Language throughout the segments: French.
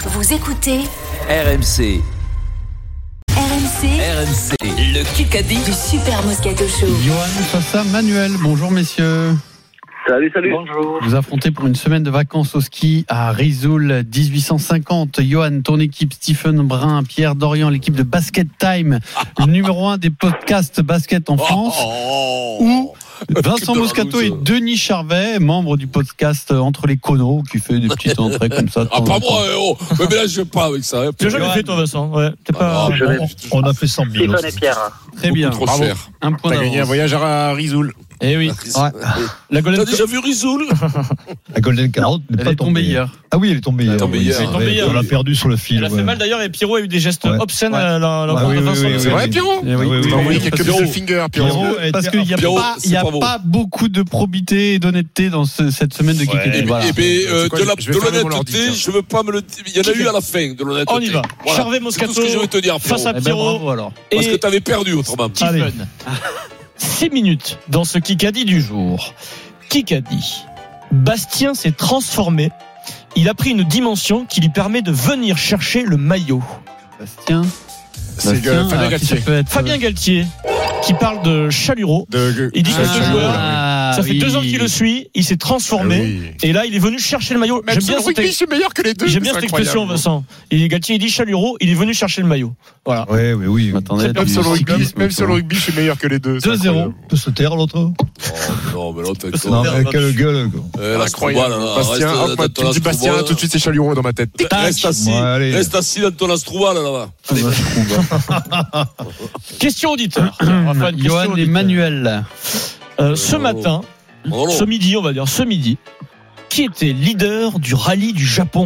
Vous écoutez RMC. RMC, le Kikadi du Super Moscato Show. Johan face à Manuel. Bonjour messieurs. Salut. Bonjour. Vous affrontez pour une semaine de vacances au ski à Risoul 1850. Johan, ton équipe, Stephen Brun, Pierre Dorian, l'équipe de Basket Time, le numéro 1 des podcasts basket en France. Ou Vincent Moscato et Denis Charvet, membres du podcast Entre les Conos, qui fait des petites entrées comme ça. Ah, pas moi, mais là, je vais pas avec ça. Tu l'as jamais fait, toi, Vincent? Ouais. T'es pas. On a fait 100 000. Stephen et Pierre. Très bien. Trop Bravo. cher. Un point T'as d'avance. gagné un voyage à Risoul. Eh oui. La Golden T'as déjà vu Risoul? La Golden Carotte n'est Elle pas est tombée hier. Ah oui, elle est tombée hier. Elle est tombée hier. Elle est tombée hier. On l'a perdu sur le fil. Elle a fait mal d'ailleurs et Pierrot a eu des gestes Ouais. obscènes Ouais. à l'encontre oui, de Vincent. oui, oui, C'est vrai, Pierrot? Eh oui. Oui, oui, Tu m'as envoyé quelques Pierrot. middle fingers, Pierrot. Parce qu'il n'y a Pierrot, pas, c'est il y a pas bon. pas beaucoup de probité et d'honnêteté dans cette semaine de Kikadi. Eh Voilà. bien, C'est quoi, de je vais fermer mon ordi, l'honnêteté, tiens. je veux pas me le dire. Il y en a eu à la fin, de l'honnêteté. On y va. Voilà. Charvet C'est Moscato tout ce que je veux te dire, face à Eh ben, Pierrot bravo alors. Parce que et t'avais perdu autrement. Stephen. 6 minutes dans ce Kikadi du jour. Kikadi. Bastien s'est transformé. Il a pris une dimension qui lui permet de venir chercher le maillot. Bastien. C'est Bastien, Fabien alors, qui ça Galtier. peut être Fabien Galtier, qui parle de Chalureau. Il dit que ce joueur, ça fait 2 ans qu'il le suit, il s'est transformé, et là il est venu chercher le maillot. Même sur le rugby, je suis meilleur que les deux. J'aime bien C'est cette expression, incroyable. Vincent. Et Galtier, il dit Chalureau, il est venu chercher le maillot. Voilà. Oui. Attendez, Même sur le rugby, je suis meilleur que les deux. C'est 2-0. incroyable. Peut se taire l'autre. Non, mais l'autre, Non, mais quelle gueule. Incroyable. Bastien, hop, tu me dis Bastien, tout de suite c'est Chalureau dans ma tête. Reste assis. Ouais, allez. Reste assis dans ton Astroval, là-bas. Question auditeur. On va faire une question Johan et auditeur. Manuel. Ce matin, Oh, non. ce midi, qui était leader du rallye du Japon?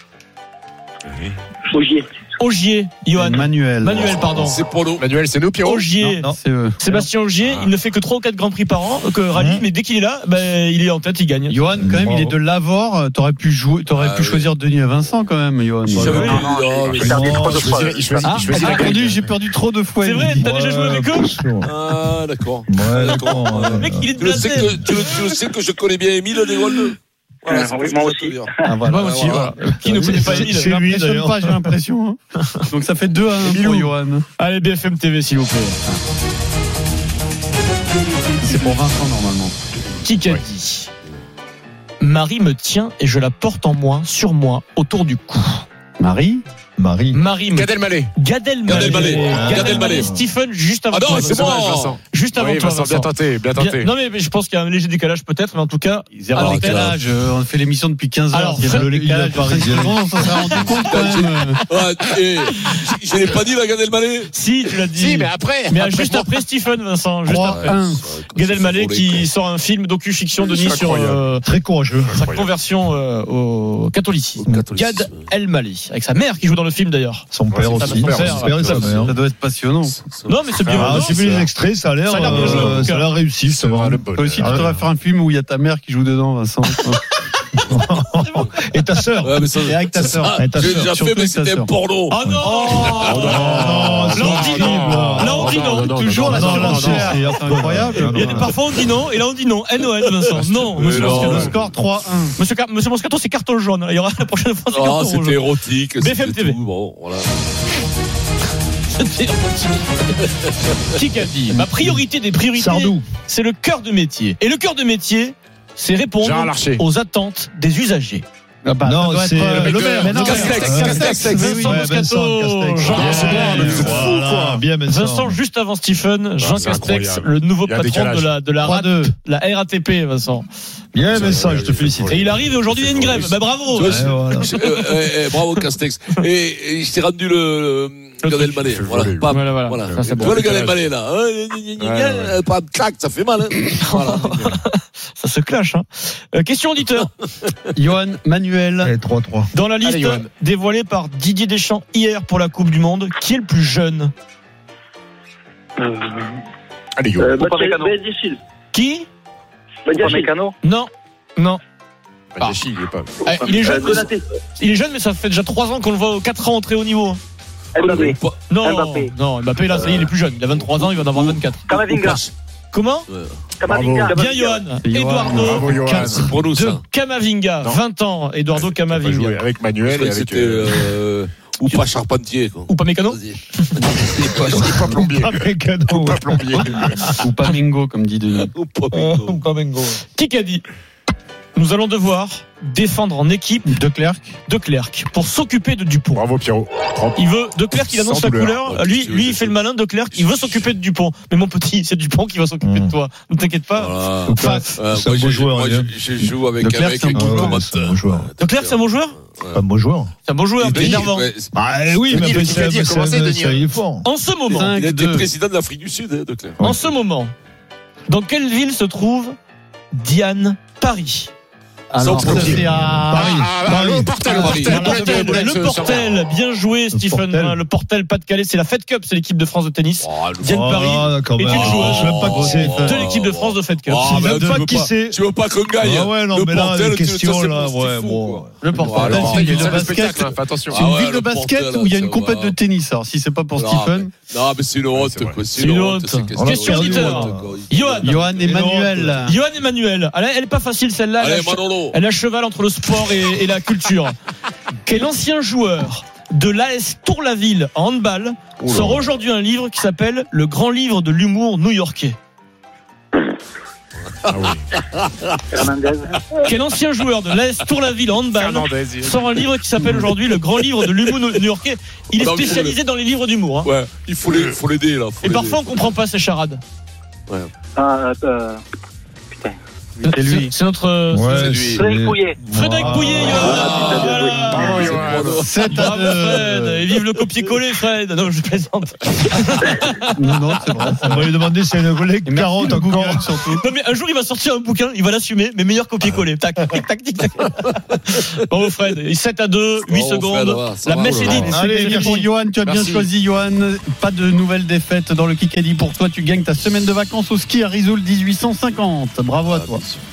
Ogier, Johan. Manuel, Pardon. C'est Polo. Manuel, c'est nous, Pierrot? Ogier. Non, c'est eux. Sébastien Ogier, il ne fait que 3 ou 4 grands prix par an, que rallye, mais dès qu'il est là, il est en tête, il gagne. Johan, quand même, Bravo. il est de Lavore. T'aurais pu oui. choisir Denis et Vincent, quand même, Johan. J'ai jamais vu, J'ai perdu trop de fois. J'ai perdu, j'ai perdu trop de fois. C'est vrai, il dit. t'as déjà joué avec eux? Ah, d'accord. Ouais, D'accord. Le mec, il est de Tu le sais blasé. tu le sais que je connais bien Émile Desgaules. Voilà, c'est Oui, ce que moi je veux te aussi. dire. Ah, voilà. Moi aussi, voilà. Qui ne connaît pas Émile? C'est lui, J'impressionne d'ailleurs. pas, j'ai l'impression. hein. Donc ça fait 2-1 pour Johan. Allez, BFM TV, s'il vous plaît. C'est pour Vincent, normalement. Qui qu'a dit Marie me tient et je la porte en moi, sur moi, autour du cou. Marie. Marie. Marie me Gad Elmaleh. Gad Elmaleh. Gad Elmaleh. Stephen, juste avant Ah non, toi. c'est Vincent. bon. Vincent. Juste avant Oui, toi, Vincent, bien tenté, bien tenté. Non, mais je pense qu'il y a un léger décalage peut-être, mais en tout cas, Zéro avec décalage. On fait l'émission depuis 15 heures. Alors, Il y a le il décalage a parisien. on s'en serait rendu compte quand même. Je n'ai pas dit la Gad Elmaleh. Si, tu l'as dit. Si, mais après. Mais juste après Stephen, Vincent. Juste après. 3-1. Gad Elmaleh qui sort un film docu-fiction, Denis, sur Très courageux. sa conversion au catholicisme. Gad Elmaleh, avec sa mère qui joue dans le film d'ailleurs. Son père c'est aussi. son père, Son père et sa mère. Ça doit être passionnant. Non, mais c'est bien. Ah, non, j'ai vu les extraits, ça a l'air bien joué, en tout ça a cas. l'air réussi. C'est le vrai. bon. Toi aussi, tu devrais faire un film où il y a ta mère qui joue dedans, Vincent. Et ta sœur. Ouais, mais ça, Et avec ta ça, sœur. Et ta j'ai sœur. déjà Surtout fait, mais avec ta c'était un sœur. porno. Oh non non, Là, on dit non. Là, on dit non. Toujours la non, non, surenchère. non, C'est incroyable. Il y a des parfois on dit non, et là on dit non. NON, Vincent. Non, monsieur non. Moscato. Le score 3-1. Monsieur Moscato, c'est carton jaune. Il y aura la prochaine fois, c'est Ah, carton c'était jaune. érotique. BFM c'était TV. tout. Bon, voilà. C'était érotique. Qui qu'a dit Ma priorité des priorités, Sardou. c'est le cœur de métier. Et le cœur de métier, c'est répondre Gérard Larcher. aux attentes des usagers. Ah bah, Non, ça doit c'est être, le maire. Mais non, Castex, Castex. Vincent Ouais, Moscato, Castex. Jean- Ah, c'est bon, mais vous êtes fous, quoi. Bien, Vincent, juste avant Stephen, Jean c'est Castex, incroyable. le nouveau Il y a un patron décalage. de la 3-2. la RATP, Vincent. Bien, Vincent, je te félicite. Et il arrive et aujourd'hui il y a une grève. Bah bravo. Tu vois, Ouais, voilà. bravo Castex. Et je t'ai rendu le Gad Elmaleh. fait Voilà. voler. Bam. Voilà. Voilà. Ça, c'est Tu bon. vois le Gad Elmaleh là. Pas de claque, ça fait mal. Hein. Voilà. Ça se clash. Hein. Question auditeur. Johan, Manuel. Allez, 3-3. Dans la liste Allez, Johan. dévoilée par Didier Deschamps hier pour la Coupe du Monde, qui est le plus jeune? Allez, Yo. Badiachil. Qui? Mécano. Non. Badiachil, il est pas. Il est jeune. Konaté. Il est jeune, mais ça fait déjà 3 ans qu'on le voit aux 4 ans entrer au niveau. Mbappé. Non, Mbappé. non, Mbappé là, ça y est, il est plus jeune. Il a 23 ans, il va en avoir 24. Kamavinga. Comment Camavinga. Bien Johan. C'est Johan. Eduardo Bravo, Johan. C'est pour nous, de ça. Camavinga, Non. 20 ans. Eduardo Pas joué Camavinga. avec Manuel et avec. C'était. Ou pas Charpentier, quoi. Ou pas Mécano Vas-y. Pas plombier. Pas Mécano. Pas plombier. Ou pas Mingo, comme dit Denis. Ou pas Mécano. Qui a dit nous allons devoir défendre en équipe De Klerk. De Klerk pour s'occuper de Dupont. Bravo Pierrot. Il veut De Klerk, il annonce Sans sa douleur. couleur. Ouais, Lui, tu lui, veux, il fait le malin. De Klerk, il veut s'occuper de Dupont. Mais mon petit, c'est Dupont qui va s'occuper de toi. Ne t'inquiète pas. Voilà. Face. Moi, C'est un beau joueur, moi, hein. je joue avec De un Klerk, mec c'est un qui bon joueur. commente. C'est un bon joueur. De Klerk, c'est un bon joueur. Un bon joueur. C'est un bon joueur, mais énervant. Bah Denis, oui, mais le c'est Kikadi a commencé, Denis. il est fort. En ce moment, Cinq. Il était 2. président de l'Afrique du Sud, de Klerk. en ce moment, dans quelle ville se trouve Diane Paris? Alors, ça, c'est à Paris. Le Portel. Le Portel, bien joué Stephen. Portel. Le Portel Pas-de-Calais, c'est la Fed Cup, c'est l'équipe de France de tennis. Oh, Diane Paris d'accord. est une bah, joueuse je sais même pas qui c'est. de l'équipe de France de Fed Cup. Oh, Je sais même tu pas veux qui c'est. Tu veux pas qu'on gagne? Ah ouais, non, Le mais là, Portel, les questions, là, c'est ouais, fou, bon. quoi. Le Portel, Alors, c'est une ville de C'est le basket. spectacle, fais attention. C'est une Ah ouais, ville de le basket Portel, où il y a une ça compète va. de tennis. Alors, si c'est pas pour Non, Stephen. Non, mais c'est une honte, c'est vrai. quoi. C'est une honte. Question auditeur. Johan. Johan Emmanuel. Johan Emmanuel. Elle est pas facile celle-là. Allez, Manolo. Elle a cheval entre le sport et la culture. Quel ancien joueur de l'AS Tour-la-Ville en handball sort aujourd'hui un livre qui s'appelle Le Grand Livre de l'humour new-yorkais? Hernandez. Quel ancien joueur de l'AS Tour-la-Ville en handball sort un livre qui s'appelle aujourd'hui Le Grand Livre de l'humour new-yorkais? Il est Donc, spécialisé dans les livres d'humour. Hein. Ouais, il faut l'aider, là. Et parfois on comprend pas ces charades. Ah, C'est lui. C'est notre Ouais, c'est Frédéric Pouillet. Frédéric Pouillet. Ah, Voilà. Bravo, Johan. 7 Bravo Fred. Et vive le copier-coller Fred. Non, je plaisante. Non, c'est vrai. On va lui demander si elle a volé Et merci 40 le encore. Google, surtout. Non mais un jour il va sortir un bouquin, il va l'assumer, mais meilleur copier-coller. Tac, tic, tac, tic, tac. Bravo Fred. 7-2, 8 Bravo, secondes. Fred, ça La va. messe est dite. Allez, C'est c'est pour fini. Johan, tu as bien Merci. choisi Johan. Pas de nouvelles défaites dans le Kikadi pour toi. Tu gagnes ta semaine de vacances au ski à Risoul 1850. Bravo à toi.